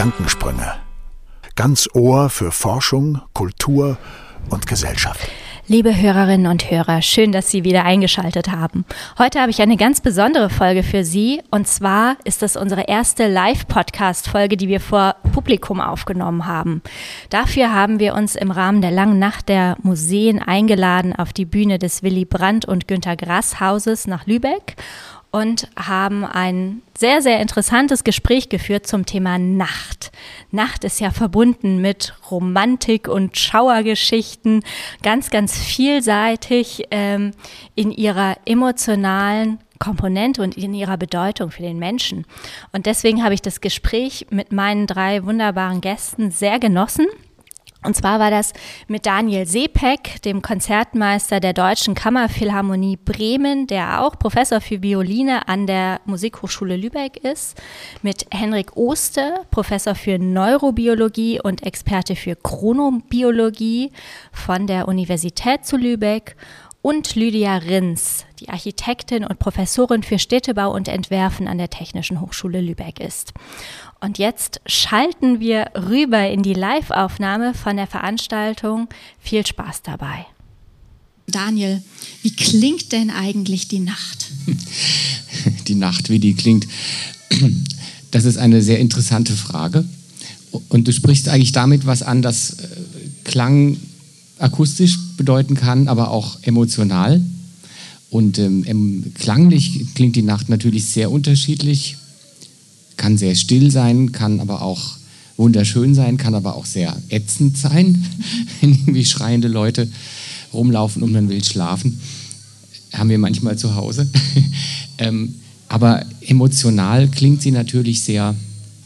Gedankensprünge. Ganz Ohr für Forschung, Kultur und Gesellschaft. Liebe Hörerinnen und Hörer, schön, dass Sie wieder eingeschaltet haben. Heute habe ich eine ganz besondere Folge für Sie, und zwar ist das unsere erste Live-Podcast-Folge, die wir vor Publikum aufgenommen haben. Dafür haben wir uns im Rahmen der langen Nacht der Museen eingeladen auf die Bühne des Willy Brandt und Günter Grass Hauses nach Lübeck und haben ein sehr, sehr interessantes Gespräch geführt zum Thema Nacht. Nacht ist ja verbunden mit Romantik und Schauergeschichten, ganz, ganz vielseitig in ihrer emotionalen Komponente und in ihrer Bedeutung für den Menschen. Und deswegen habe ich das Gespräch mit meinen 3 wunderbaren Gästen sehr genossen. Und zwar war das mit Daniel Seepeck, dem Konzertmeister der Deutschen Kammerphilharmonie Bremen, der auch Professor für Violine an der Musikhochschule Lübeck ist, mit Henrik Oste, Professor für Neurobiologie und Experte für Chronobiologie von der Universität zu Lübeck, und Lydia Rins, die Architektin und Professorin für Städtebau und Entwerfen an der Technischen Hochschule Lübeck ist. Und jetzt schalten wir rüber in die Live-Aufnahme von der Veranstaltung. Viel Spaß dabei. Daniel, wie klingt denn eigentlich die Nacht? Die Nacht, wie die klingt, das ist eine sehr interessante Frage. Und du sprichst eigentlich damit was an, das Klang akustisch bedeuten kann, aber auch emotional. Und klanglich klingt die Nacht natürlich sehr unterschiedlich, kann sehr still sein, kann aber auch wunderschön sein, kann aber auch sehr ätzend sein, wenn irgendwie schreiende Leute rumlaufen und man will schlafen. Haben wir manchmal zu Hause. Aber emotional klingt sie natürlich sehr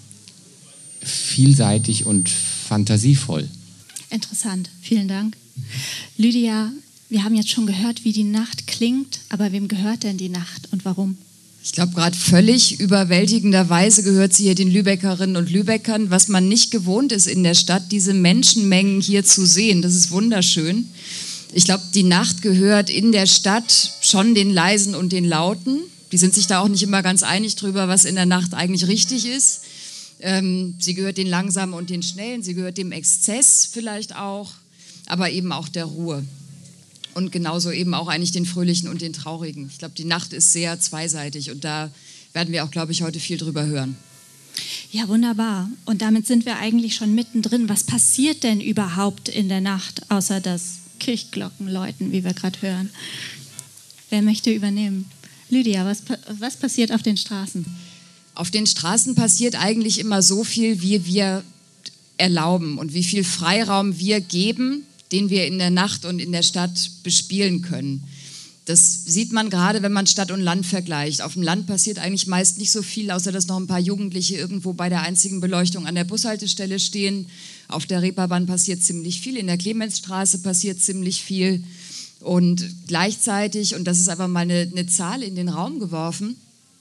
vielseitig und fantasievoll. Interessant, vielen Dank. Lydia, wir haben jetzt schon gehört, wie die Nacht klingt, aber wem gehört denn die Nacht und warum? Ich glaube, gerade völlig überwältigenderweise gehört sie hier den Lübeckerinnen und Lübeckern, was man nicht gewohnt ist in der Stadt, diese Menschenmengen hier zu sehen. Das ist wunderschön. Ich glaube, die Nacht gehört in der Stadt schon den Leisen und den Lauten. Die sind sich da auch nicht immer ganz einig drüber, was in der Nacht eigentlich richtig ist. Sie gehört den Langsamen und den Schnellen, sie gehört dem Exzess vielleicht auch, aber eben auch der Ruhe. Und genauso eben auch eigentlich den Fröhlichen und den Traurigen. Ich glaube, die Nacht ist sehr zweiseitig und da werden wir auch, glaube ich, heute viel drüber hören. Ja, wunderbar. Und damit sind wir eigentlich schon mittendrin. Was passiert denn überhaupt in der Nacht, außer das Kirchglockenläuten, wie wir gerade hören? Wer möchte übernehmen? Lydia, was passiert auf den Straßen? Auf den Straßen passiert eigentlich immer so viel, wie wir erlauben und wie viel Freiraum wir geben, den wir in der Nacht und in der Stadt bespielen können. Das sieht man gerade, wenn man Stadt und Land vergleicht. Auf dem Land passiert eigentlich meist nicht so viel, außer dass noch ein paar Jugendliche irgendwo bei der einzigen Beleuchtung an der Bushaltestelle stehen. Auf der Reeperbahn passiert ziemlich viel, in der Clemensstraße passiert ziemlich viel. Und gleichzeitig, und das ist aber mal eine Zahl in den Raum geworfen,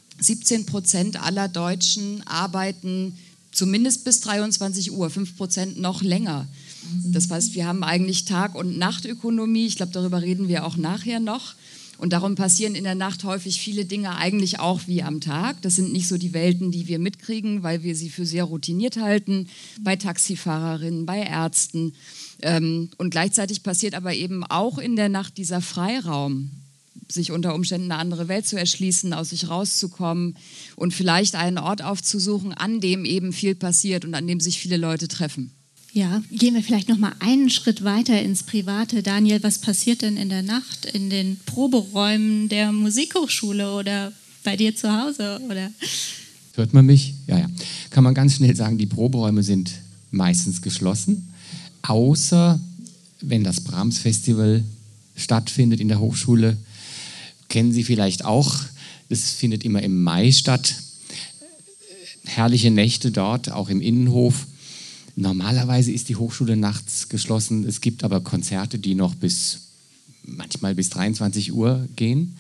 17% aller Deutschen arbeiten zumindest bis 23 Uhr, 5% noch länger. Das heißt, wir haben eigentlich Tag- und Nachtökonomie. Ich glaube, darüber reden wir auch nachher noch. Und darum passieren in der Nacht häufig viele Dinge eigentlich auch wie am Tag. Das sind nicht so die Welten, die wir mitkriegen, weil wir sie für sehr routiniert halten, bei Taxifahrerinnen, bei Ärzten. Und gleichzeitig passiert aber eben auch in der Nacht dieser Freiraum, sich unter Umständen eine andere Welt zu erschließen, aus sich rauszukommen und vielleicht einen Ort aufzusuchen, an dem eben viel passiert und an dem sich viele Leute treffen. Ja, gehen wir vielleicht noch mal einen Schritt weiter ins Private. Daniel, was passiert denn in der Nacht in den Proberäumen der Musikhochschule oder bei dir zu Hause? Oder? Hört man mich? Ja. Kann man ganz schnell sagen, die Proberäume sind meistens geschlossen, außer wenn das Brahms-Festival stattfindet in der Hochschule. Kennen Sie vielleicht auch, das findet immer im Mai statt. Herrliche Nächte dort, auch im Innenhof. Normalerweise ist die Hochschule nachts geschlossen. Es gibt aber Konzerte, die noch manchmal bis 23 Uhr gehen.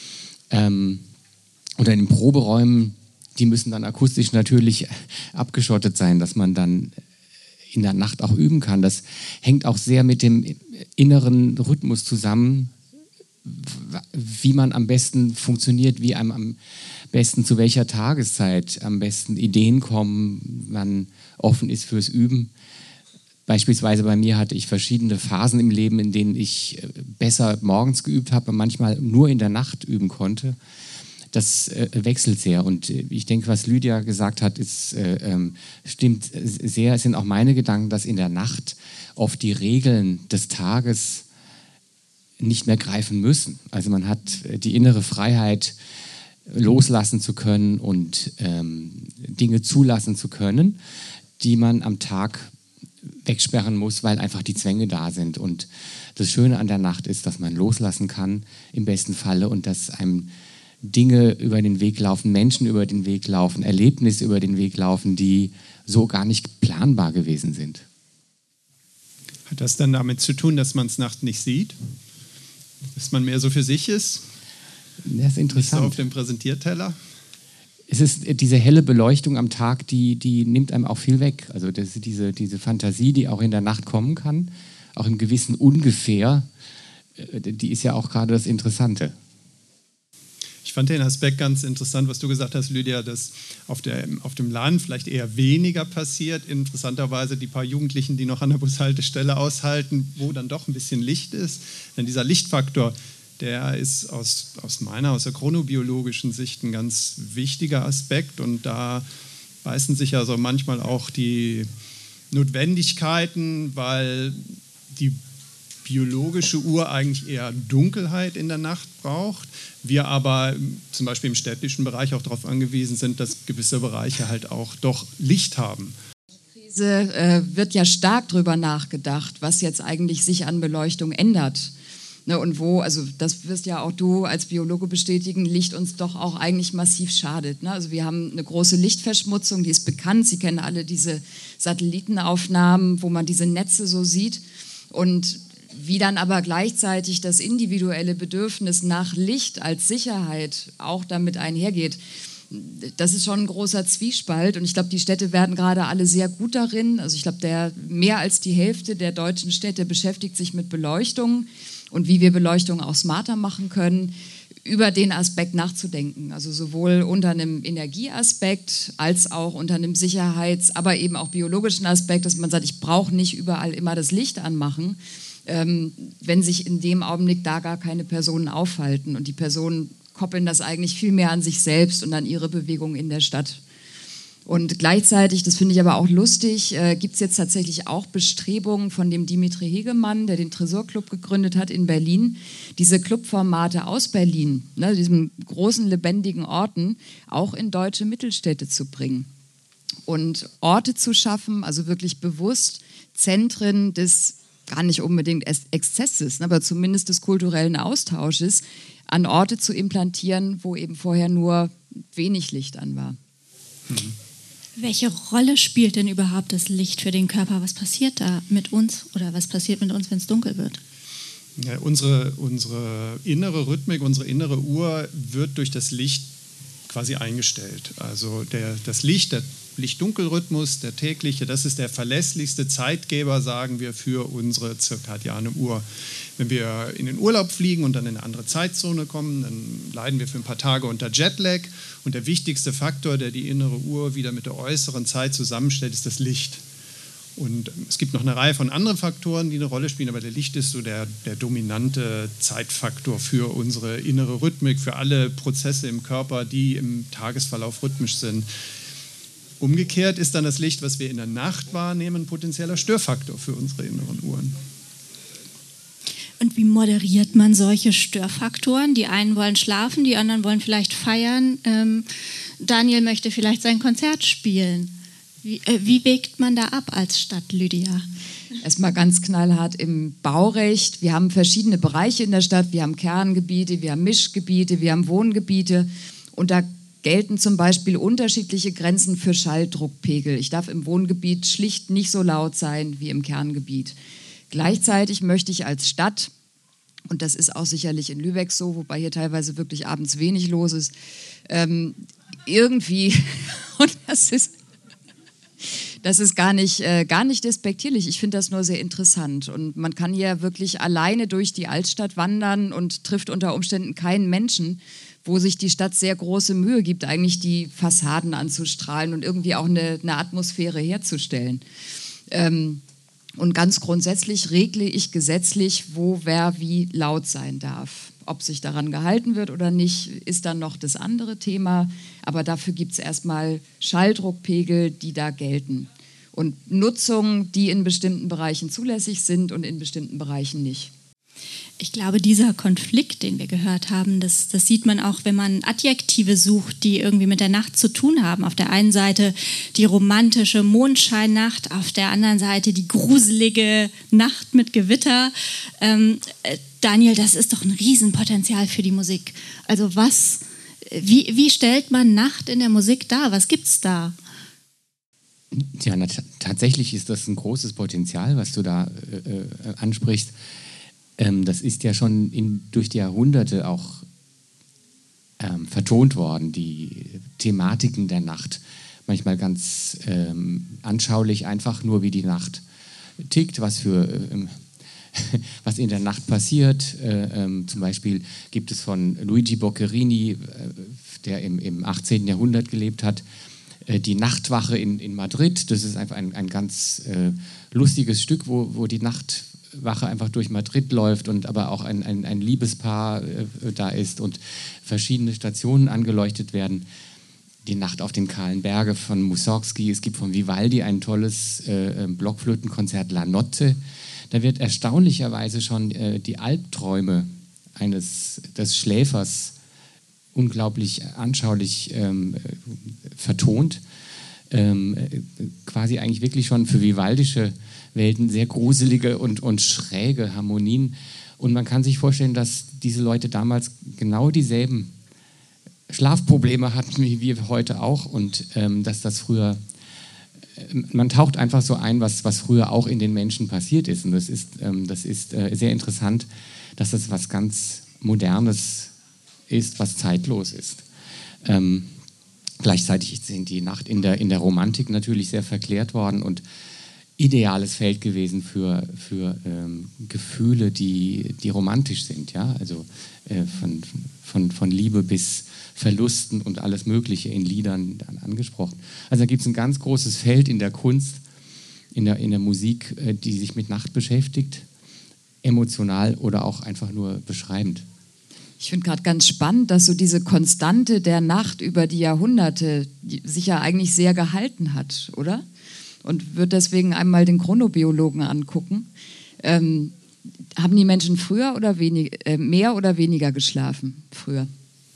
Oder in den Proberäumen, die müssen dann akustisch natürlich abgeschottet sein, dass man dann in der Nacht auch üben kann. Das hängt auch sehr mit dem inneren Rhythmus zusammen, wie man am besten funktioniert, wie einem am besten zu welcher Tageszeit am besten Ideen kommen, man offen ist fürs Üben. Beispielsweise bei mir hatte ich verschiedene Phasen im Leben, in denen ich besser morgens geübt habe und manchmal nur in der Nacht üben konnte. Das wechselt sehr und ich denke, was Lydia gesagt hat, stimmt sehr. Es sind auch meine Gedanken, dass in der Nacht oft die Regeln des Tages nicht mehr greifen müssen. Also man hat die innere Freiheit, loslassen zu können und Dinge zulassen zu können, die man am Tag wegsperren muss, weil einfach die Zwänge da sind. Und das Schöne an der Nacht ist, dass man loslassen kann, im besten Falle, und dass einem Dinge über den Weg laufen, Menschen über den Weg laufen, Erlebnisse über den Weg laufen, die so gar nicht planbar gewesen sind. Hat das dann damit zu tun, dass man es nachts nicht sieht? Dass man mehr so für sich ist? Das ist interessant. Nicht so auf dem Präsentierteller? Es ist diese helle Beleuchtung am Tag, die nimmt einem auch viel weg. Also das ist diese Fantasie, die auch in der Nacht kommen kann, auch im gewissen Ungefähr, die ist ja auch gerade das Interessante. Ich fand den Aspekt ganz interessant, was du gesagt hast, Lydia, dass auf dem Land vielleicht eher weniger passiert. Interessanterweise die paar Jugendlichen, die noch an der Bushaltestelle aushalten, wo dann doch ein bisschen Licht ist. Denn dieser Lichtfaktor, der ist aus der chronobiologischen Sicht ein ganz wichtiger Aspekt. Und da beißen sich ja so manchmal auch die Notwendigkeiten, weil die biologische Uhr eigentlich eher Dunkelheit in der Nacht braucht. Wir aber zum Beispiel im städtischen Bereich auch darauf angewiesen sind, dass gewisse Bereiche halt auch doch Licht haben. Wird ja stark darüber nachgedacht, was jetzt eigentlich sich an Beleuchtung ändert. Ne, und wo, also das wirst ja auch du als Biologe bestätigen, Licht uns doch auch eigentlich massiv schadet. Ne? Also wir haben eine große Lichtverschmutzung, die ist bekannt. Sie kennen alle diese Satellitenaufnahmen, wo man diese Netze so sieht. Und wie dann aber gleichzeitig das individuelle Bedürfnis nach Licht als Sicherheit auch damit einhergeht, das ist schon ein großer Zwiespalt. Und ich glaube, die Städte werden gerade alle sehr gut darin. Also ich glaube, mehr als die Hälfte der deutschen Städte beschäftigt sich mit Beleuchtung und wie wir Beleuchtung auch smarter machen können, über den Aspekt nachzudenken. Also sowohl unter einem Energieaspekt als auch unter einem aber eben auch biologischen Aspekt, dass man sagt, ich brauche nicht überall immer das Licht anmachen, wenn sich in dem Augenblick da gar keine Personen aufhalten. Und die Personen koppeln das eigentlich viel mehr an sich selbst und an ihre Bewegung in der Stadt. Und gleichzeitig, das finde ich aber auch lustig, gibt es jetzt tatsächlich auch Bestrebungen von dem Dimitri Hegemann, der den Tresorclub gegründet hat in Berlin, diese Clubformate aus Berlin, ne, diesen großen, lebendigen Orten, auch in deutsche Mittelstädte zu bringen. Und Orte zu schaffen, also wirklich bewusst Zentren des gar nicht unbedingt Exzesses, aber zumindest des kulturellen Austausches, an Orte zu implantieren, wo eben vorher nur wenig Licht an war. Mhm. Welche Rolle spielt denn überhaupt das Licht für den Körper? Was passiert da mit uns oder was passiert mit uns, wenn es dunkel wird? Ja, unsere innere Rhythmik, unsere innere Uhr wird durch das Licht quasi eingestellt. Also das Licht, der Licht-Dunkel-Rhythmus, der tägliche, das ist der verlässlichste Zeitgeber, sagen wir, für unsere zirkadiane Uhr. Wenn wir in den Urlaub fliegen und dann in eine andere Zeitzone kommen, dann leiden wir für ein paar Tage unter Jetlag. Und der wichtigste Faktor, der die innere Uhr wieder mit der äußeren Zeit zusammenstellt, ist das Licht. Und es gibt noch eine Reihe von anderen Faktoren, die eine Rolle spielen, aber der Licht ist so der dominante Zeitfaktor für unsere innere Rhythmik, für alle Prozesse im Körper, die im Tagesverlauf rhythmisch sind. Umgekehrt ist dann das Licht, was wir in der Nacht wahrnehmen, ein potenzieller Störfaktor für unsere inneren Uhren. Und wie moderiert man solche Störfaktoren? Die einen wollen schlafen, die anderen wollen vielleicht feiern. Daniel möchte vielleicht sein Konzert spielen. Wie wägt man da ab als Stadt, Lydia? Erstmal ganz knallhart im Baurecht. Wir haben verschiedene Bereiche in der Stadt. Wir haben Kerngebiete, wir haben Mischgebiete, wir haben Wohngebiete. Und da gelten zum Beispiel unterschiedliche Grenzen für Schalldruckpegel. Ich darf im Wohngebiet schlicht nicht so laut sein wie im Kerngebiet. Gleichzeitig möchte ich als Stadt, und das ist auch sicherlich in Lübeck so, wobei hier teilweise wirklich abends wenig los ist, Das ist gar nicht despektierlich. Ich finde das nur sehr interessant. Und man kann ja wirklich alleine durch die Altstadt wandern und trifft unter Umständen keinen Menschen, wo sich die Stadt sehr große Mühe gibt, eigentlich die Fassaden anzustrahlen und irgendwie auch eine Atmosphäre herzustellen. Und ganz grundsätzlich regle ich gesetzlich, wo wer wie laut sein darf. Ob sich daran gehalten wird oder nicht, ist dann noch das andere Thema. Aber dafür gibt es erstmal Schalldruckpegel, die da gelten. Und Nutzungen, die in bestimmten Bereichen zulässig sind und in bestimmten Bereichen nicht. Ich glaube, dieser Konflikt, den wir gehört haben, das sieht man auch, wenn man Adjektive sucht, die irgendwie mit der Nacht zu tun haben. Auf der einen Seite die romantische Mondscheinnacht, auf der anderen Seite die gruselige Nacht mit Gewitter. Daniel, das ist doch ein Riesenpotenzial für die Musik. Also wie stellt man Nacht in der Musik dar? Was gibt's da? Ja, tatsächlich ist das ein großes Potenzial, was du da ansprichst. Das ist ja schon durch die Jahrhunderte auch vertont worden, die Thematiken der Nacht. Manchmal ganz anschaulich einfach nur, wie die Nacht tickt, was in der Nacht passiert. Zum Beispiel gibt es von Luigi Boccherini, der im 18. Jahrhundert gelebt hat, die Nachtwache in Madrid. Das ist einfach ein ganz lustiges Stück, wo die Nachtwache einfach durch Madrid läuft und aber auch ein Liebespaar da ist und verschiedene Stationen angeleuchtet werden. Die Nacht auf dem kahlen Berge von Mussorgsky. Es gibt von Vivaldi ein tolles Blockflötenkonzert La Notte. Da wird erstaunlicherweise schon die Albträume des Schläfers unglaublich anschaulich vertont. Quasi eigentlich wirklich schon für vivaldische Welten sehr gruselige und schräge Harmonien. Und man kann sich vorstellen, dass diese Leute damals genau dieselben Schlafprobleme hatten wie wir heute auch und dass das früher, man taucht einfach so ein, was früher auch in den Menschen passiert ist. Und das ist sehr interessant, dass das was ganz Modernes ist, was zeitlos ist. Gleichzeitig sind die Nacht in der Romantik natürlich sehr verklärt worden und ideales Feld gewesen für Gefühle, die romantisch sind, ja, also von Liebe bis Verlusten und alles Mögliche in Liedern dann angesprochen. Also da gibt es ein ganz großes Feld in der Kunst, in der Musik, die sich mit Nacht beschäftigt, emotional oder auch einfach nur beschreibend. Ich finde gerade ganz spannend, dass so diese Konstante der Nacht über die Jahrhunderte sich ja eigentlich sehr gehalten hat, oder? Und würde deswegen einmal den Chronobiologen angucken. Haben die Menschen früher oder mehr oder weniger geschlafen früher?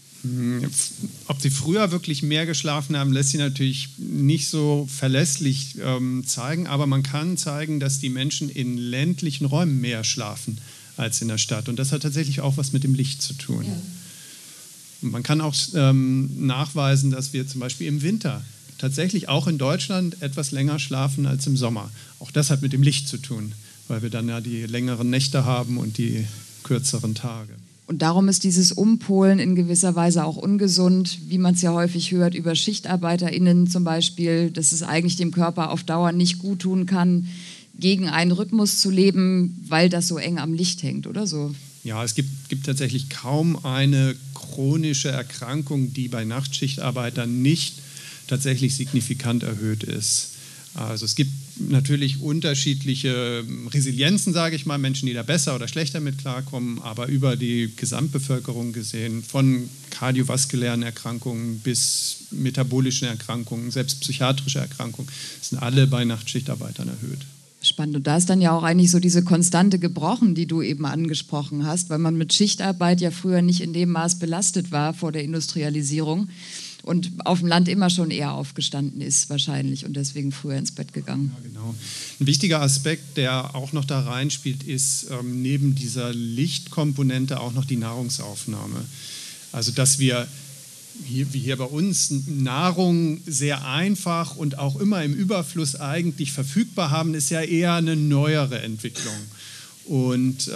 Ob sie früher wirklich mehr geschlafen haben, lässt sich natürlich nicht so verlässlich zeigen, aber man kann zeigen, dass die Menschen in ländlichen Räumen mehr schlafen als in der Stadt. Und das hat tatsächlich auch was mit dem Licht zu tun. Ja. Man kann auch nachweisen, dass wir zum Beispiel im Winter tatsächlich auch in Deutschland etwas länger schlafen als im Sommer. Auch das hat mit dem Licht zu tun, weil wir dann ja die längeren Nächte haben und die kürzeren Tage. Und darum ist dieses Umpolen in gewisser Weise auch ungesund, wie man es ja häufig hört, über SchichtarbeiterInnen zum Beispiel, dass es eigentlich dem Körper auf Dauer nicht gut tun kann, gegen einen Rhythmus zu leben, weil das so eng am Licht hängt, oder so? Ja, es gibt tatsächlich kaum eine chronische Erkrankung, die bei Nachtschichtarbeitern nicht tatsächlich signifikant erhöht ist. Also es gibt natürlich unterschiedliche Resilienzen, sage ich mal, Menschen, die da besser oder schlechter mit klarkommen, aber über die Gesamtbevölkerung gesehen, von kardiovaskulären Erkrankungen bis metabolischen Erkrankungen, selbst psychiatrische Erkrankungen, sind alle bei Nachtschichtarbeitern erhöht. Spannend. Und da ist dann ja auch eigentlich so diese Konstante gebrochen, die du eben angesprochen hast, weil man mit Schichtarbeit ja früher nicht in dem Maß belastet war vor der Industrialisierung und auf dem Land immer schon eher aufgestanden ist wahrscheinlich und deswegen früher ins Bett gegangen. Ja, genau. Ein wichtiger Aspekt, der auch noch da reinspielt, ist neben dieser Lichtkomponente auch noch die Nahrungsaufnahme. Also dass wir wie hier bei uns Nahrung sehr einfach und auch immer im Überfluss eigentlich verfügbar haben, ist ja eher eine neuere Entwicklung. Und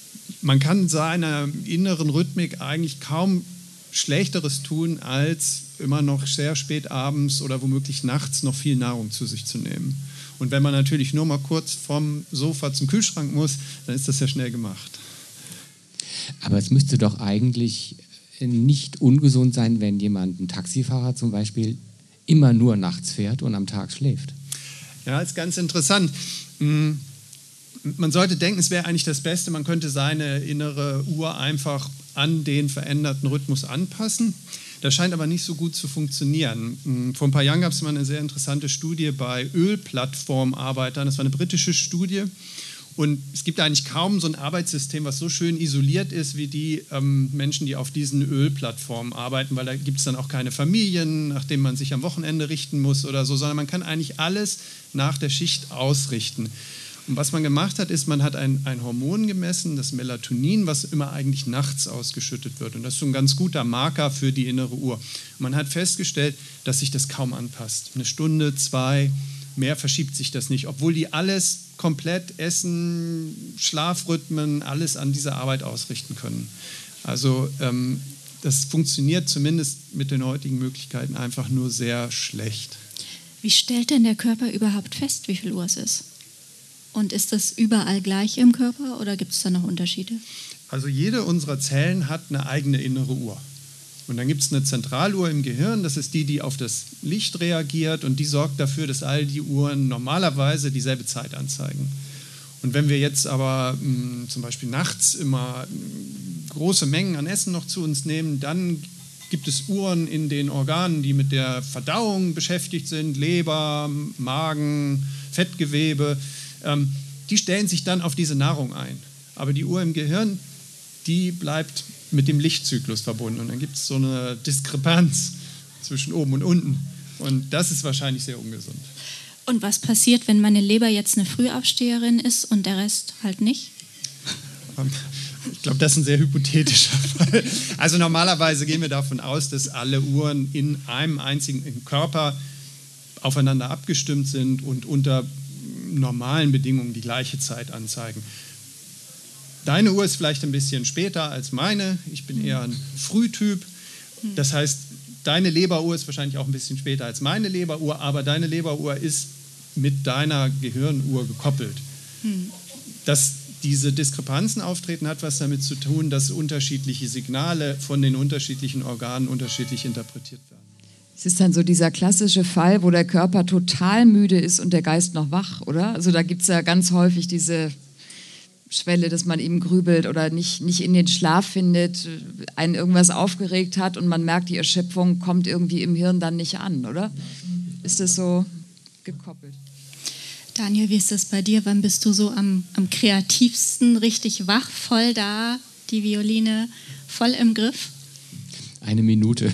man kann seiner inneren Rhythmik eigentlich kaum Schlechteres tun, als immer noch sehr spät abends oder womöglich nachts noch viel Nahrung zu sich zu nehmen. Und wenn man natürlich nur mal kurz vom Sofa zum Kühlschrank muss, dann ist das ja schnell gemacht. Aber es müsste doch eigentlich nicht ungesund sein, wenn jemand, ein Taxifahrer zum Beispiel, immer nur nachts fährt und am Tag schläft. Ja, ist ganz interessant. Man sollte denken, es wäre eigentlich das Beste, man könnte seine innere Uhr einfach an den veränderten Rhythmus anpassen. Das scheint aber nicht so gut zu funktionieren. Vor ein paar Jahren gab es mal eine sehr interessante Studie bei Ölplattformarbeitern. Das war eine britische Studie. Und es gibt eigentlich kaum so ein Arbeitssystem, was so schön isoliert ist wie die Menschen, die auf diesen Ölplattformen arbeiten, weil da gibt es dann auch keine Familien, nach denen man sich am Wochenende richten muss oder so, sondern man kann eigentlich alles nach der Schicht ausrichten. Und was man gemacht hat, ist, man hat ein Hormon gemessen, das Melatonin, was immer eigentlich nachts ausgeschüttet wird. Und das ist so ein ganz guter Marker für die innere Uhr. Und man hat festgestellt, dass sich das kaum anpasst. Eine Stunde, 2, mehr verschiebt sich das nicht, obwohl die alles komplett Essen, Schlafrhythmen, alles an diese Arbeit ausrichten können. Also das funktioniert zumindest mit den heutigen Möglichkeiten einfach nur sehr schlecht. Wie stellt denn der Körper überhaupt fest, wie viel Uhr es ist? Und ist das überall gleich im Körper oder gibt es da noch Unterschiede? Also jede unserer Zellen hat eine eigene innere Uhr. Und dann gibt es eine Zentraluhr im Gehirn, das ist die, die auf das Licht reagiert und die sorgt dafür, dass all die Uhren normalerweise dieselbe Zeit anzeigen. Und wenn wir jetzt aber zum Beispiel nachts immer große Mengen an Essen noch zu uns nehmen, dann gibt es Uhren in den Organen, die mit der Verdauung beschäftigt sind, Leber, Magen, Fettgewebe. Die stellen sich dann auf diese Nahrung ein. Aber die Uhr im Gehirn, die bleibt mit dem Lichtzyklus verbunden. Und dann gibt es so eine Diskrepanz zwischen oben und unten. Und das ist wahrscheinlich sehr ungesund. Und was passiert, wenn meine Leber jetzt eine Frühaufsteherin ist und der Rest halt nicht? Ich glaube, das ist ein sehr hypothetischer Fall. Also normalerweise gehen wir davon aus, dass alle Uhren in einem einzigen Körper aufeinander abgestimmt sind und unter normalen Bedingungen die gleiche Zeit anzeigen. Deine Uhr ist vielleicht ein bisschen später als meine. Ich bin eher ein Frühtyp. Das heißt, deine Leberuhr ist wahrscheinlich auch ein bisschen später als meine Leberuhr, aber deine Leberuhr ist mit deiner Gehirnuhr gekoppelt. Dass diese Diskrepanzen auftreten, hat was damit zu tun, dass unterschiedliche Signale von den unterschiedlichen Organen unterschiedlich interpretiert werden. Es ist dann so dieser klassische Fall, wo der Körper total müde ist und der Geist noch wach, oder? Also da gibt es ja ganz häufig diese Schwelle, dass man eben grübelt oder nicht in den Schlaf findet, einen irgendwas aufgeregt hat und man merkt, die Erschöpfung kommt irgendwie im Hirn dann nicht an, oder? Ist das so gekoppelt? Daniel, wie ist das bei dir? Wann bist du so am kreativsten, richtig wach, voll da, die Violine voll im Griff? 1 Minute.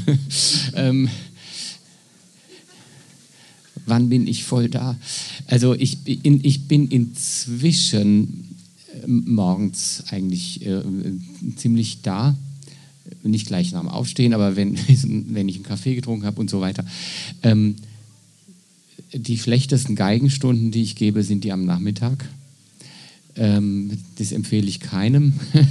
Wann bin ich voll da? Also ich bin inzwischen morgens eigentlich ziemlich da. Nicht gleich nach dem Aufstehen, aber wenn ich einen Kaffee getrunken habe und so weiter. Die schlechtesten Geigenstunden, die ich gebe, sind die am Nachmittag. Das empfehle ich keinem.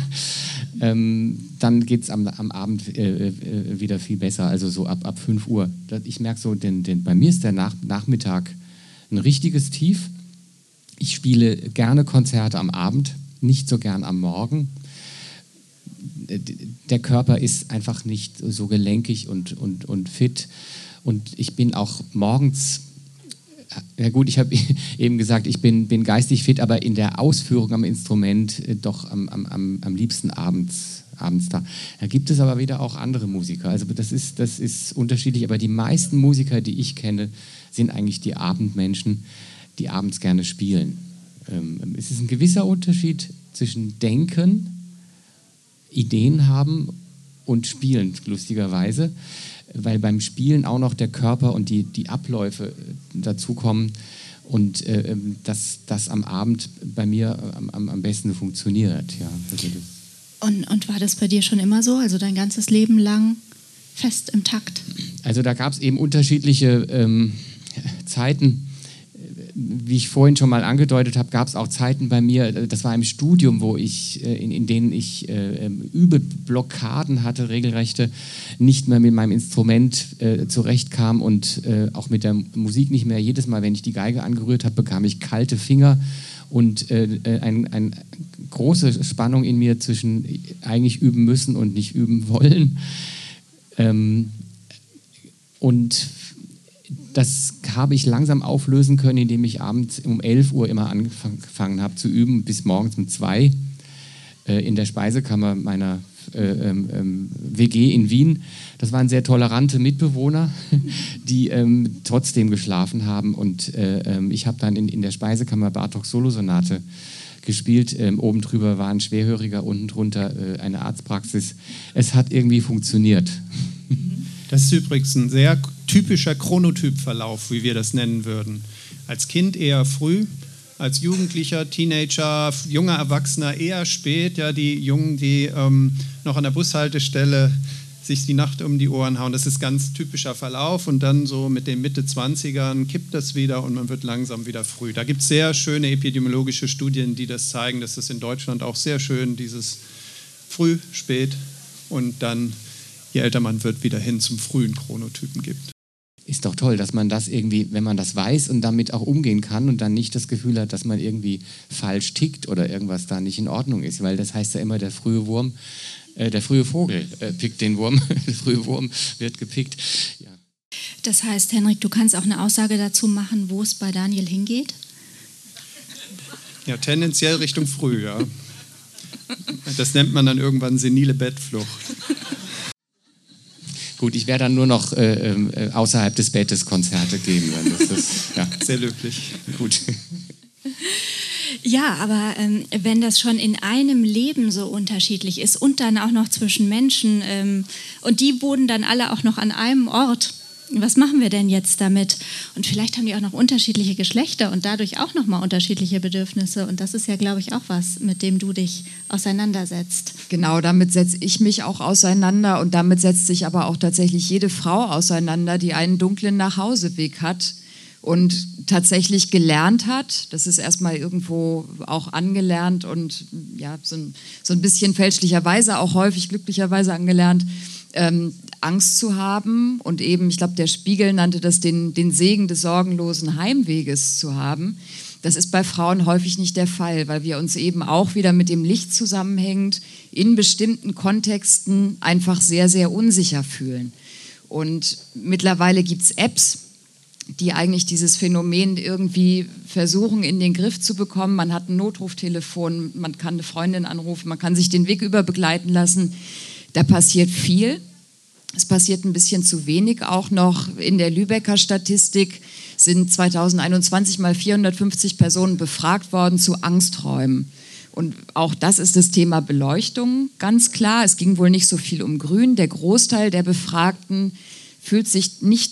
Dann geht es am Abend wieder viel besser, also so ab 5 Uhr. Ich merke so, bei mir ist der Nachmittag ein richtiges Tief. Ich spiele gerne Konzerte am Abend, nicht so gern am Morgen. Der Körper ist einfach nicht so gelenkig und fit. Und ich bin auch morgens, ja gut, ich habe eben gesagt, ich bin geistig fit, aber in der Ausführung am Instrument doch am liebsten abends da. Da gibt es aber wieder auch andere Musiker. Also das ist unterschiedlich, aber die meisten Musiker, die ich kenne, sind eigentlich die Abendmenschen, die abends gerne spielen. Es ist ein gewisser Unterschied zwischen Denken, Ideen haben und Spielen, lustigerweise, weil beim Spielen auch noch der Körper und die Abläufe dazukommen und das am Abend bei mir am besten funktioniert. Ja. Und war das bei dir schon immer so, also dein ganzes Leben lang fest im Takt? Also da gab es eben unterschiedliche Zeiten, wie ich vorhin schon mal angedeutet habe, gab es auch Zeiten bei mir, das war im Studium, wo ich, in denen ich Übeblockaden hatte, regelrechte, nicht mehr mit meinem Instrument zurechtkam und auch mit der Musik nicht mehr. Jedes Mal, wenn ich die Geige angerührt habe, bekam ich kalte Finger und eine große Spannung in mir zwischen eigentlich üben müssen und nicht üben wollen. Und das habe ich langsam auflösen können, indem ich abends um 11 Uhr immer angefangen habe zu üben, bis morgens um 2 in der Speisekammer meiner WG in Wien. Das waren sehr tolerante Mitbewohner, die trotzdem geschlafen haben. Und ich habe dann in der Speisekammer Bartók Solosonate gespielt. Oben drüber war ein Schwerhöriger, unten drunter eine Arztpraxis. Es hat irgendwie funktioniert. Das ist übrigens ein sehr typischer Chronotypverlauf, wie wir das nennen würden. Als Kind eher früh, als Jugendlicher, Teenager, junger Erwachsener eher spät. Ja, die Jungen, die noch an der Bushaltestelle sich die Nacht um die Ohren hauen, das ist ganz typischer Verlauf. Und dann so mit den Mitte-20ern kippt das wieder und man wird langsam wieder früh. Da gibt es sehr schöne epidemiologische Studien, die das zeigen, dass es in Deutschland auch sehr schön dieses früh, spät und dann, je älter man wird, wieder hin zum frühen Chronotypen gibt. Ist doch toll, dass man das irgendwie, wenn man das weiß und damit auch umgehen kann und dann nicht das Gefühl hat, dass man irgendwie falsch tickt oder irgendwas da nicht in Ordnung ist, weil das heißt ja immer, der frühe Vogel pickt den Wurm, der frühe Wurm wird gepickt. Ja. Das heißt, Henrik, du kannst auch eine Aussage dazu machen, wo es bei Daniel hingeht? Ja, tendenziell Richtung früh, ja. Das nennt man dann irgendwann senile Bettflucht. Gut, ich werde dann nur noch außerhalb des Bettes Konzerte geben. Das ist, ja. Sehr löblich. Gut. Ja, aber wenn das schon in einem Leben so unterschiedlich ist und dann auch noch zwischen Menschen und die wohnen dann alle auch noch an einem Ort, was machen wir denn jetzt damit? Und vielleicht haben die auch noch unterschiedliche Geschlechter und dadurch auch nochmal unterschiedliche Bedürfnisse. Und das ist ja, glaube ich, auch was, mit dem du dich auseinandersetzt. Genau, damit setze ich mich auch auseinander und damit setzt sich aber auch tatsächlich jede Frau auseinander, die einen dunklen Nachhauseweg hat und tatsächlich gelernt hat. Das ist erstmal irgendwo auch angelernt und ja, so ein bisschen fälschlicherweise, auch häufig glücklicherweise angelernt, Angst zu haben und eben, ich glaube, der Spiegel nannte das den Segen des sorgenlosen Heimweges zu haben. Das ist bei Frauen häufig nicht der Fall, weil wir uns eben auch wieder mit dem Licht zusammenhängend in bestimmten Kontexten einfach sehr, sehr unsicher fühlen. Und mittlerweile gibt es Apps, die eigentlich dieses Phänomen irgendwie versuchen, in den Griff zu bekommen. Man hat ein Notruftelefon, man kann eine Freundin anrufen, man kann sich den Weg über begleiten lassen. Da passiert viel. Es passiert ein bisschen zu wenig. Auch noch in der Lübecker Statistik sind 2021 mal 450 Personen befragt worden zu Angsträumen. Und auch das ist das Thema Beleuchtung, ganz klar. Es ging wohl nicht so viel um Grün. Der Großteil der Befragten fühlt sich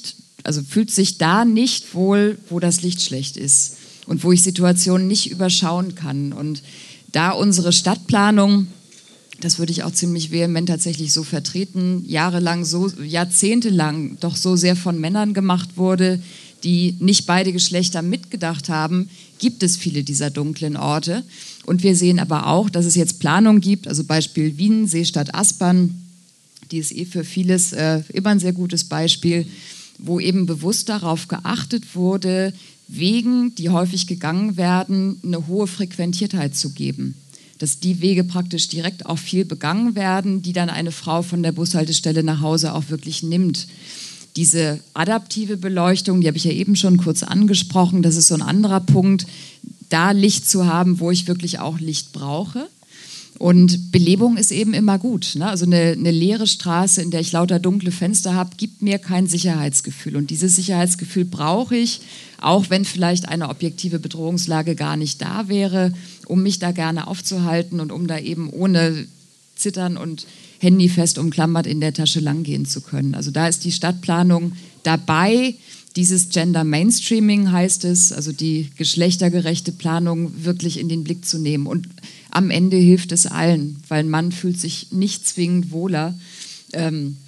da nicht wohl, wo das Licht schlecht ist und wo ich Situationen nicht überschauen kann. Und da unsere Stadtplanung, das würde ich auch ziemlich vehement tatsächlich so vertreten, jahrzehntelang doch so sehr von Männern gemacht wurde, die nicht beide Geschlechter mitgedacht haben, gibt es viele dieser dunklen Orte. Und wir sehen aber auch, dass es jetzt Planung gibt, also Beispiel Wien, Seestadt Aspern, die ist für vieles immer ein sehr gutes Beispiel, wo eben bewusst darauf geachtet wurde, Wegen, die häufig gegangen werden, eine hohe Frequentiertheit zu geben. Dass die Wege praktisch direkt auch viel begangen werden, die dann eine Frau von der Bushaltestelle nach Hause auch wirklich nimmt. Diese adaptive Beleuchtung, die habe ich ja eben schon kurz angesprochen, das ist so ein anderer Punkt, da Licht zu haben, wo ich wirklich auch Licht brauche. Und Belebung ist eben immer gut, ne? Also eine leere Straße, in der ich lauter dunkle Fenster habe, gibt mir kein Sicherheitsgefühl. Und dieses Sicherheitsgefühl brauche ich, auch wenn vielleicht eine objektive Bedrohungslage gar nicht da wäre, um mich da gerne aufzuhalten und um da eben ohne Zittern und Handy fest umklammert in der Tasche langgehen zu können. Also da ist die Stadtplanung dabei. Dieses Gender Mainstreaming heißt es, also die geschlechtergerechte Planung wirklich in den Blick zu nehmen. Und am Ende hilft es allen, weil ein Mann fühlt sich nicht zwingend wohler,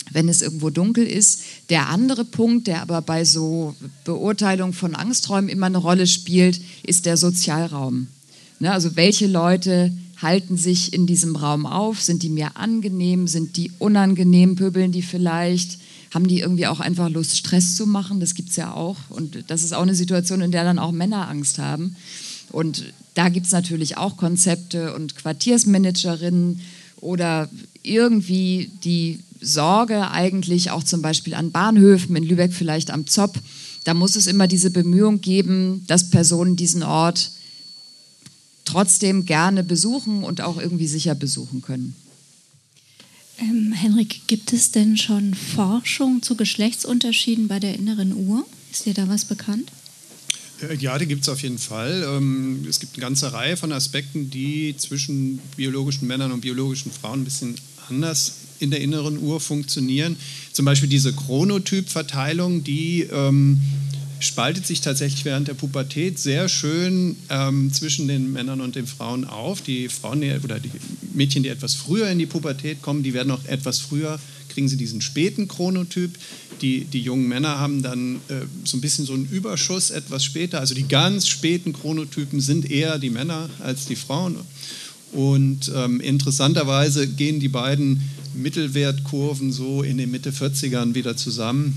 wenn es irgendwo dunkel ist. Der andere Punkt, der aber bei so Beurteilung von Angsträumen immer eine Rolle spielt, ist der Sozialraum. Ne, also welche Leute halten sich in diesem Raum auf? Sind die mir angenehm? Sind die unangenehm? Pöbeln die vielleicht? Haben die irgendwie auch einfach Lust, Stress zu machen? Das gibt es ja auch. Und das ist auch eine Situation, in der dann auch Männer Angst haben. Und da gibt es natürlich auch Konzepte und Quartiersmanagerinnen oder irgendwie die Sorge eigentlich auch zum Beispiel an Bahnhöfen, in Lübeck vielleicht am Zopp. Da muss es immer diese Bemühung geben, dass Personen diesen Ort trotzdem gerne besuchen und auch irgendwie sicher besuchen können. Henrik, gibt es denn schon Forschung zu Geschlechtsunterschieden bei der inneren Uhr? Ist dir da was bekannt? Ja, die gibt es auf jeden Fall. Es gibt eine ganze Reihe von Aspekten, die zwischen biologischen Männern und biologischen Frauen ein bisschen anders in der inneren Uhr funktionieren. Zum Beispiel diese Chronotypverteilung, die spaltet sich tatsächlich während der Pubertät sehr schön zwischen den Männern und den Frauen auf. Die Frauen oder die Mädchen, die etwas früher in die Pubertät kommen, die werden auch etwas früher, kriegen sie diesen späten Chronotyp. Die jungen Männer haben dann so ein bisschen so einen Überschuss etwas später. Also die ganz späten Chronotypen sind eher die Männer als die Frauen. Und interessanterweise gehen die beiden Mittelwertkurven so in den Mitte 40ern wieder zusammen.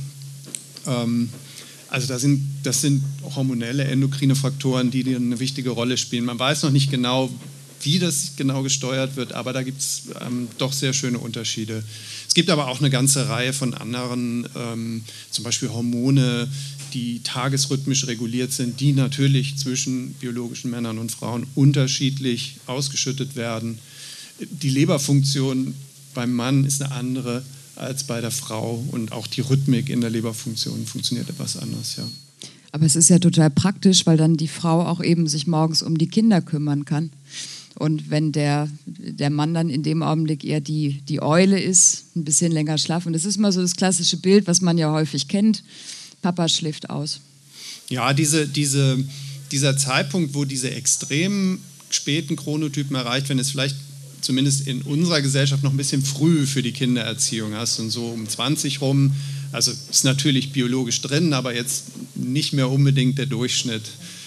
Also das sind hormonelle, endokrine Faktoren, die eine wichtige Rolle spielen. Man weiß noch nicht genau, wie das genau gesteuert wird, aber da gibt es doch sehr schöne Unterschiede. Es gibt aber auch eine ganze Reihe von anderen, zum Beispiel Hormone, die tagesrhythmisch reguliert sind, die natürlich zwischen biologischen Männern und Frauen unterschiedlich ausgeschüttet werden. Die Leberfunktion beim Mann ist eine andere als bei der Frau und auch die Rhythmik in der Leberfunktion funktioniert etwas anders, ja. Aber es ist ja total praktisch, weil dann die Frau auch eben sich morgens um die Kinder kümmern kann. Und wenn der Mann dann in dem Augenblick eher die Eule ist, ein bisschen länger schlafen. Das ist mal so das klassische Bild, was man ja häufig kennt. Papa schläft aus. Ja, dieser Zeitpunkt, wo diese extrem späten Chronotypen erreicht werden, ist vielleicht zumindest in unserer Gesellschaft noch ein bisschen früh für die Kindererziehung. Hast und so um 20 rum, also ist natürlich biologisch drin, aber jetzt nicht mehr unbedingt der Durchschnitt.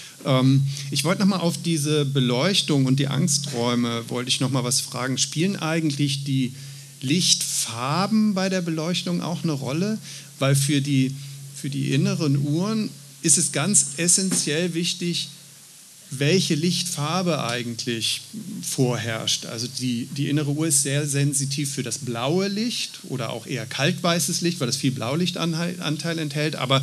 Ich wollte nochmal auf diese Beleuchtung und die Angsträume, wollte ich nochmal was fragen. Spielen eigentlich die Lichtfarben bei der Beleuchtung auch eine Rolle? Weil für die inneren Uhren ist es ganz essentiell wichtig, welche Lichtfarbe eigentlich vorherrscht. Also die innere Uhr ist sehr sensitiv für das blaue Licht oder auch eher kaltweißes Licht, weil es viel Blaulichtanteil enthält, aber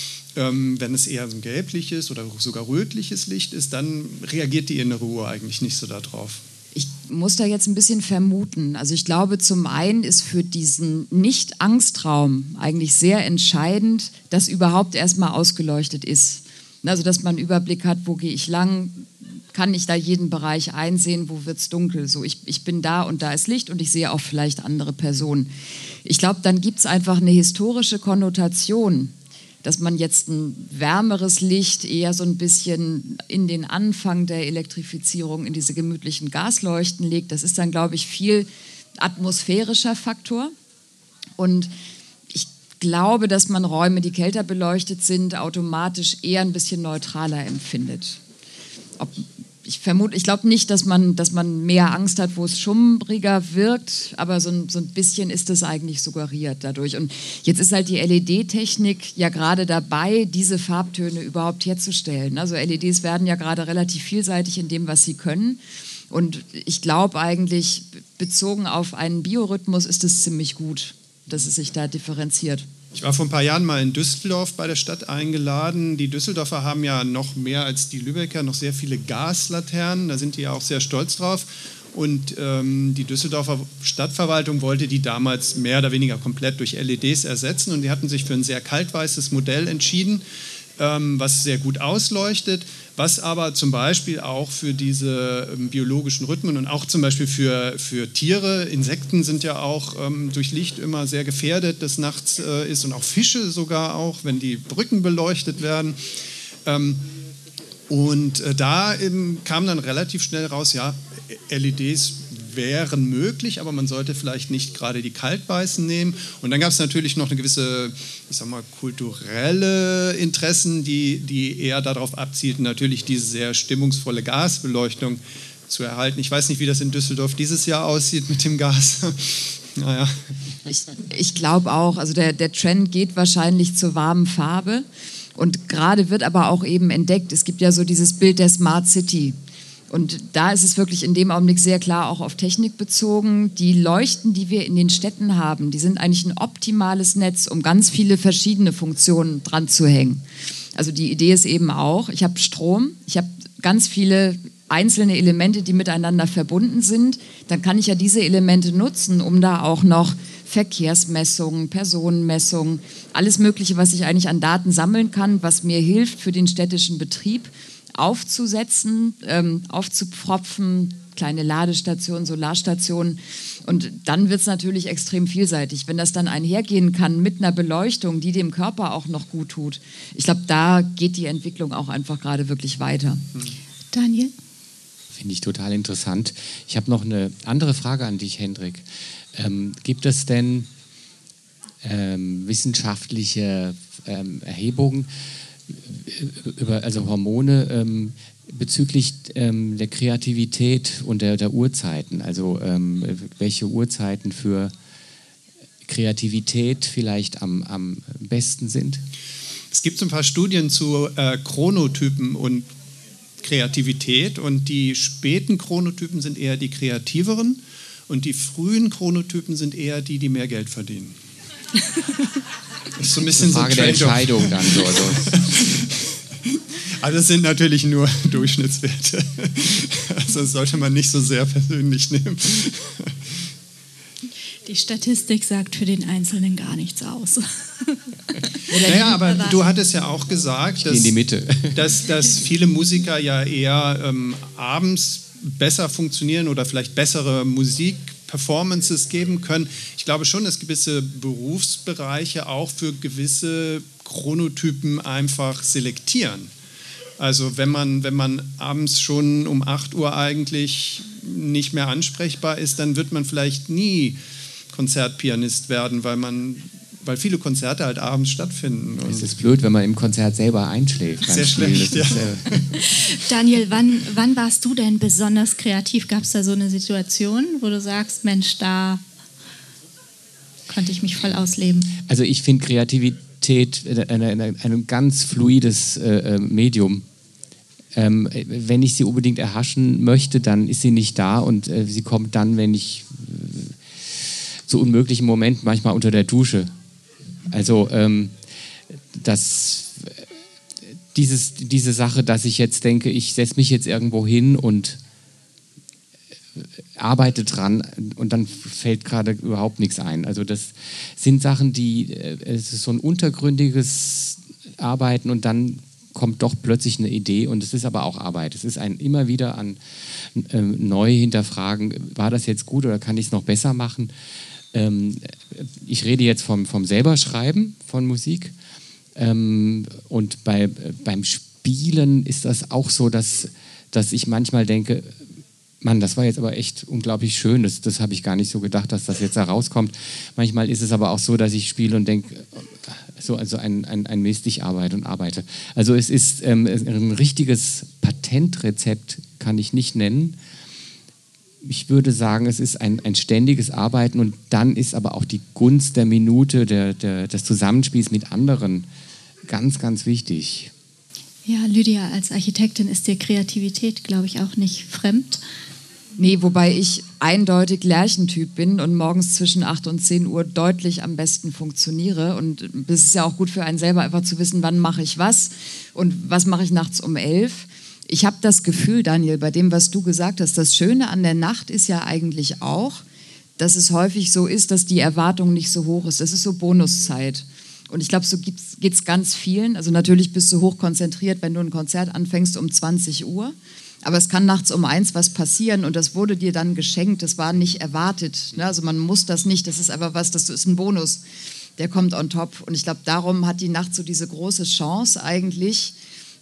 wenn es eher so ein gelbliches oder sogar rötliches Licht ist, dann reagiert die innere Uhr eigentlich nicht so darauf. Ich muss da jetzt ein bisschen vermuten. Also ich glaube, zum einen ist für diesen Nicht-Angstraum eigentlich sehr entscheidend, dass überhaupt erstmal ausgeleuchtet ist. Also dass man einen Überblick hat, wo gehe ich lang, kann ich da jeden Bereich einsehen, wo wird es dunkel. So, ich bin da und da ist Licht und ich sehe auch vielleicht andere Personen. Ich glaube, dann gibt es einfach eine historische Konnotation, dass man jetzt ein wärmeres Licht eher so ein bisschen in den Anfang der Elektrifizierung, in diese gemütlichen Gasleuchten legt. Das ist dann, glaube ich, viel atmosphärischer Faktor. Und ich glaube, dass man Räume, die kälter beleuchtet sind, automatisch eher ein bisschen neutraler empfindet. Ich glaube nicht, dass man mehr Angst hat, wo es schummriger wirkt, aber so ein bisschen ist das eigentlich suggeriert dadurch. Und jetzt ist halt die LED-Technik ja gerade dabei, diese Farbtöne überhaupt herzustellen. Also LEDs werden ja gerade relativ vielseitig in dem, was sie können. Und ich glaube eigentlich, bezogen auf einen Biorhythmus ist es ziemlich gut, dass es sich da differenziert. Ich war vor ein paar Jahren mal in Düsseldorf bei der Stadt eingeladen. Die Düsseldorfer haben ja noch mehr als die Lübecker noch sehr viele Gaslaternen. Da sind die ja auch sehr stolz drauf. Und die Düsseldorfer Stadtverwaltung wollte die damals mehr oder weniger komplett durch LEDs ersetzen. Und die hatten sich für ein sehr kaltweißes Modell entschieden, was sehr gut ausleuchtet, was aber zum Beispiel auch für diese biologischen Rhythmen und auch zum Beispiel für Tiere, Insekten sind ja auch durch Licht immer sehr gefährdet des Nachts ist und auch Fische sogar auch, wenn die Brücken beleuchtet werden. Und da kam dann relativ schnell raus, ja, LEDs wären möglich, aber man sollte vielleicht nicht gerade die Kaltbeißen nehmen. Und dann gab es natürlich noch eine gewisse, ich sag mal, kulturelle Interessen, die eher darauf abzielten, natürlich diese sehr stimmungsvolle Gasbeleuchtung zu erhalten. Ich weiß nicht, wie das in Düsseldorf dieses Jahr aussieht mit dem Gas. Naja. Ich glaube auch, also der Trend geht wahrscheinlich zur warmen Farbe. Und gerade wird aber auch eben entdeckt, es gibt ja so dieses Bild der Smart City. Und da ist es wirklich in dem Augenblick sehr klar auch auf Technik bezogen. Die Leuchten, die wir in den Städten haben, die sind eigentlich ein optimales Netz, um ganz viele verschiedene Funktionen dran zu hängen. Also die Idee ist eben auch, ich habe Strom, ich habe ganz viele einzelne Elemente, die miteinander verbunden sind. Dann kann ich ja diese Elemente nutzen, um da auch noch Verkehrsmessungen, Personenmessungen, alles Mögliche, was ich eigentlich an Daten sammeln kann, was mir hilft, für den städtischen Betrieb aufzusetzen, aufzupfropfen, kleine Ladestationen, Solarstationen. Und dann wird es natürlich extrem vielseitig. Wenn das dann einhergehen kann mit einer Beleuchtung, die dem Körper auch noch gut tut, ich glaube, da geht die Entwicklung auch einfach gerade wirklich weiter. Daniel? Finde ich total interessant. Ich habe noch eine andere Frage an dich, Hendrik. Gibt es denn wissenschaftliche Erhebungen über Hormone bezüglich der Kreativität und der Uhrzeiten? Also welche Uhrzeiten für Kreativität vielleicht am besten sind? Es gibt so ein paar Studien zu Chronotypen und Kreativität, und die späten Chronotypen sind eher die kreativeren und die frühen Chronotypen sind eher die, die mehr Geld verdienen. Das ist so ein bisschen eine Frage so der Entscheidung dann. So. Also das sind natürlich nur Durchschnittswerte. Also das sollte man nicht so sehr persönlich nehmen. Die Statistik sagt für den Einzelnen gar nichts aus. Naja, aber du hattest ja auch gesagt, in die Mitte. dass viele Musiker ja eher abends besser funktionieren oder vielleicht bessere Musikperformances geben können. Ich glaube schon, dass gewisse Berufsbereiche auch für gewisse Chronotypen einfach selektieren. Also wenn man abends schon um 8 Uhr eigentlich nicht mehr ansprechbar ist, dann wird man vielleicht nie Konzertpianist werden, weil viele Konzerte halt abends stattfinden. Es ist blöd, wenn man im Konzert selber einschläft. Sehr schlecht, ja. Daniel, wann warst du denn besonders kreativ? Gab es da so eine Situation, wo du sagst, Mensch, da konnte ich mich voll ausleben? Also ich finde Kreativität ein ganz fluides Medium. Wenn ich sie unbedingt erhaschen möchte, dann ist sie nicht da, und sie kommt dann, wenn ich zu unmöglichen Momenten, manchmal unter der Dusche. Also diese Sache, dass ich jetzt denke, ich setze mich jetzt irgendwo hin und arbeite dran, und dann fällt gerade überhaupt nichts ein. Also das sind Sachen, es ist so ein untergründiges Arbeiten, und dann kommt doch plötzlich eine Idee, und es ist aber auch Arbeit. Es ist ein immer wieder an neu hinterfragen, war das jetzt gut oder kann ich es noch besser machen? Ich rede jetzt vom selber Schreiben von Musik, und beim Spielen ist das auch so, dass ich manchmal denke, Mann, das war jetzt aber echt unglaublich schön, das habe ich gar nicht so gedacht, dass das jetzt da rauskommt. Manchmal ist es aber auch so, dass ich spiele und denke, also ein Mist, ich arbeite. Also es ist ein richtiges Patentrezept, kann ich nicht nennen. Ich würde sagen, es ist ein ständiges Arbeiten, und dann ist aber auch die Gunst der Minute, des Zusammenspiels mit anderen ganz, ganz wichtig. Ja, Lydia, als Architektin ist dir Kreativität, glaube ich, auch nicht fremd. Nee, wobei ich eindeutig Lerchentyp bin und morgens zwischen 8 und 10 Uhr deutlich am besten funktioniere. Und es ist ja auch gut für einen selber, einfach zu wissen, wann mache ich was und was mache ich nachts um 11. Ich habe das Gefühl, Daniel, bei dem, was du gesagt hast, das Schöne an der Nacht ist ja eigentlich auch, dass es häufig so ist, dass die Erwartung nicht so hoch ist. Das ist so Bonuszeit. Und ich glaube, so geht es ganz vielen. Also natürlich bist du hoch konzentriert, wenn du ein Konzert anfängst um 20 Uhr. Aber es kann nachts um 1 was passieren, und das wurde dir dann geschenkt. Das war nicht erwartet. Also man muss das nicht. Das ist einfach was, das ist ein Bonus. Der kommt on top. Und ich glaube, darum hat die Nacht so diese große Chance eigentlich,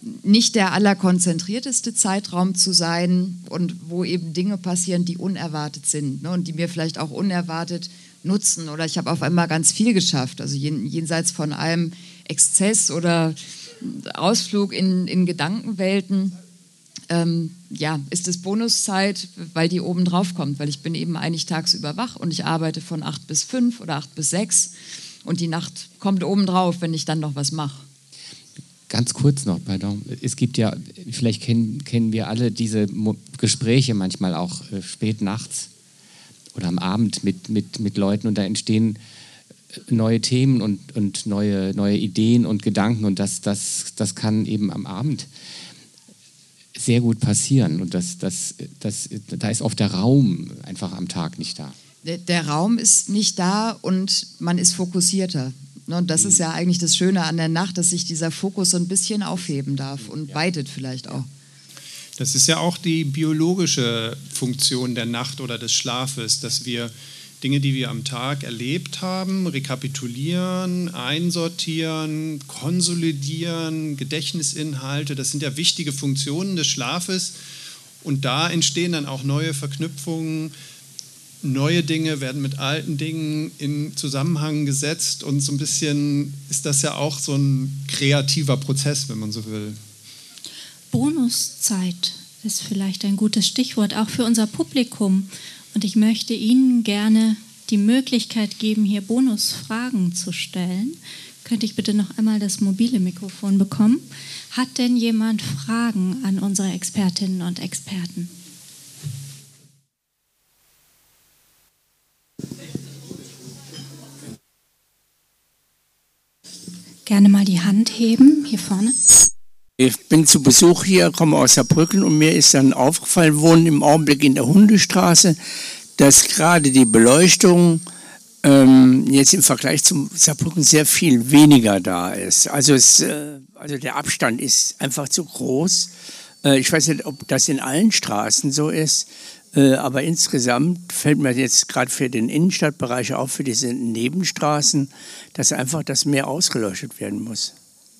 nicht der allerkonzentrierteste Zeitraum zu sein und wo eben Dinge passieren, die unerwartet sind, ne, und die mir vielleicht auch unerwartet nutzen. Oder ich habe auf einmal ganz viel geschafft, also jenseits von einem Exzess oder Ausflug in Gedankenwelten. Ist es Bonuszeit, weil die oben drauf kommt, weil ich bin eben eigentlich tagsüber wach und ich arbeite von 8 bis 5 oder 8 bis 6 und die Nacht kommt oben drauf, wenn ich dann noch was mache. Ganz kurz noch, pardon. Es gibt ja, vielleicht kennen wir alle diese Gespräche manchmal auch spät nachts oder am Abend mit Leuten und da entstehen neue Themen und neue Ideen und Gedanken und das kann eben am Abend sehr gut passieren und da ist oft der Raum einfach am Tag nicht da. Der Raum ist nicht da und man ist fokussierter. Und das ist ja eigentlich das Schöne an der Nacht, dass sich dieser Fokus so ein bisschen aufheben darf und weitet vielleicht auch. Das ist ja auch die biologische Funktion der Nacht oder des Schlafes, dass wir Dinge, die wir am Tag erlebt haben, rekapitulieren, einsortieren, konsolidieren, Gedächtnisinhalte, das sind ja wichtige Funktionen des Schlafes und da entstehen dann auch neue Verknüpfungen. Neue Dinge werden mit alten Dingen in Zusammenhang gesetzt und so ein bisschen ist das ja auch so ein kreativer Prozess, wenn man so will. Bonuszeit ist vielleicht ein gutes Stichwort, auch für unser Publikum. Und ich möchte Ihnen gerne die Möglichkeit geben, hier Bonusfragen zu stellen. Könnte ich bitte noch einmal das mobile Mikrofon bekommen? Hat denn jemand Fragen an unsere Expertinnen und Experten? Gerne mal die Hand heben, hier vorne. Ich bin zu Besuch hier, komme aus Saarbrücken und mir ist dann aufgefallen, wohnen im Augenblick in der Hundestraße, dass gerade die Beleuchtung jetzt im Vergleich zum Saarbrücken sehr viel weniger da ist. Also der Abstand ist einfach zu groß. Ich weiß nicht, ob das in allen Straßen so ist, aber insgesamt fällt mir jetzt gerade für den Innenstadtbereich auf, für diese Nebenstraßen, dass einfach das mehr ausgeleuchtet werden muss.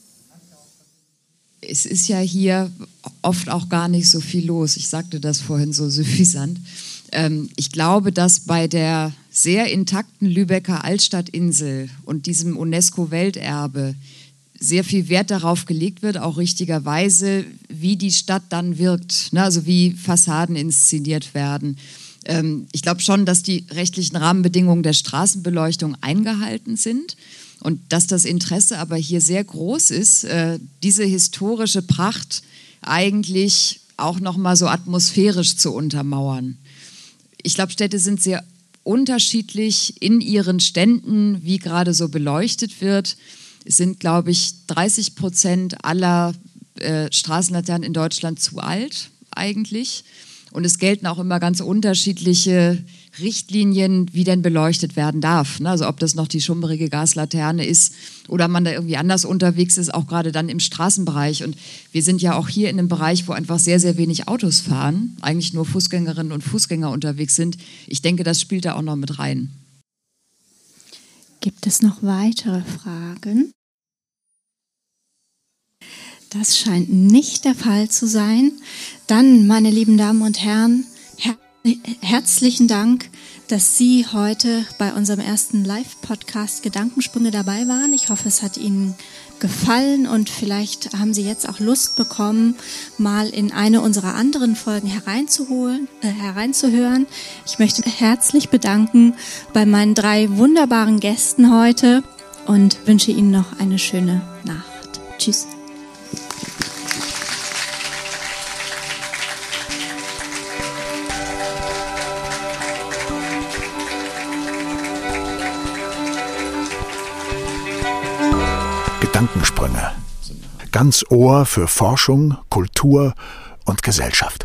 Es ist ja hier oft auch gar nicht so viel los. Ich sagte das vorhin so suffisant. Ich glaube, dass bei der sehr intakten Lübecker Altstadtinsel und diesem UNESCO-Welterbe sehr viel Wert darauf gelegt wird, auch richtigerweise, wie die Stadt dann wirkt, ne? Also wie Fassaden inszeniert werden. Ich glaube schon, dass die rechtlichen Rahmenbedingungen der Straßenbeleuchtung eingehalten sind und dass das Interesse aber hier sehr groß ist, diese historische Pracht eigentlich auch nochmal so atmosphärisch zu untermauern. Ich glaube, Städte sind sehr unterschiedlich in ihren Ständen, wie gerade so beleuchtet wird. Es sind, glaube ich, 30% aller Straßenlaternen in Deutschland zu alt eigentlich. Und es gelten auch immer ganz unterschiedliche Richtlinien, wie denn beleuchtet werden darf. Also ob das noch die schummerige Gaslaterne ist oder man da irgendwie anders unterwegs ist, auch gerade dann im Straßenbereich. Und wir sind ja auch hier in einem Bereich, wo einfach sehr, sehr wenig Autos fahren, eigentlich nur Fußgängerinnen und Fußgänger unterwegs sind. Ich denke, das spielt da auch noch mit rein. Gibt es noch weitere Fragen? Das scheint nicht der Fall zu sein. Dann, meine lieben Damen und Herren, herzlichen Dank, dass Sie heute bei unserem ersten Live-Podcast Gedankensprünge dabei waren. Ich hoffe, es hat Ihnen gefallen und vielleicht haben Sie jetzt auch Lust bekommen, mal in eine unserer anderen Folgen hereinzuhören. Ich möchte mich herzlich bedanken bei meinen 3 wunderbaren Gästen heute und wünsche Ihnen noch eine schöne Nacht. Tschüss. Gedankensprünge. Ganz Ohr für Forschung, Kultur und Gesellschaft.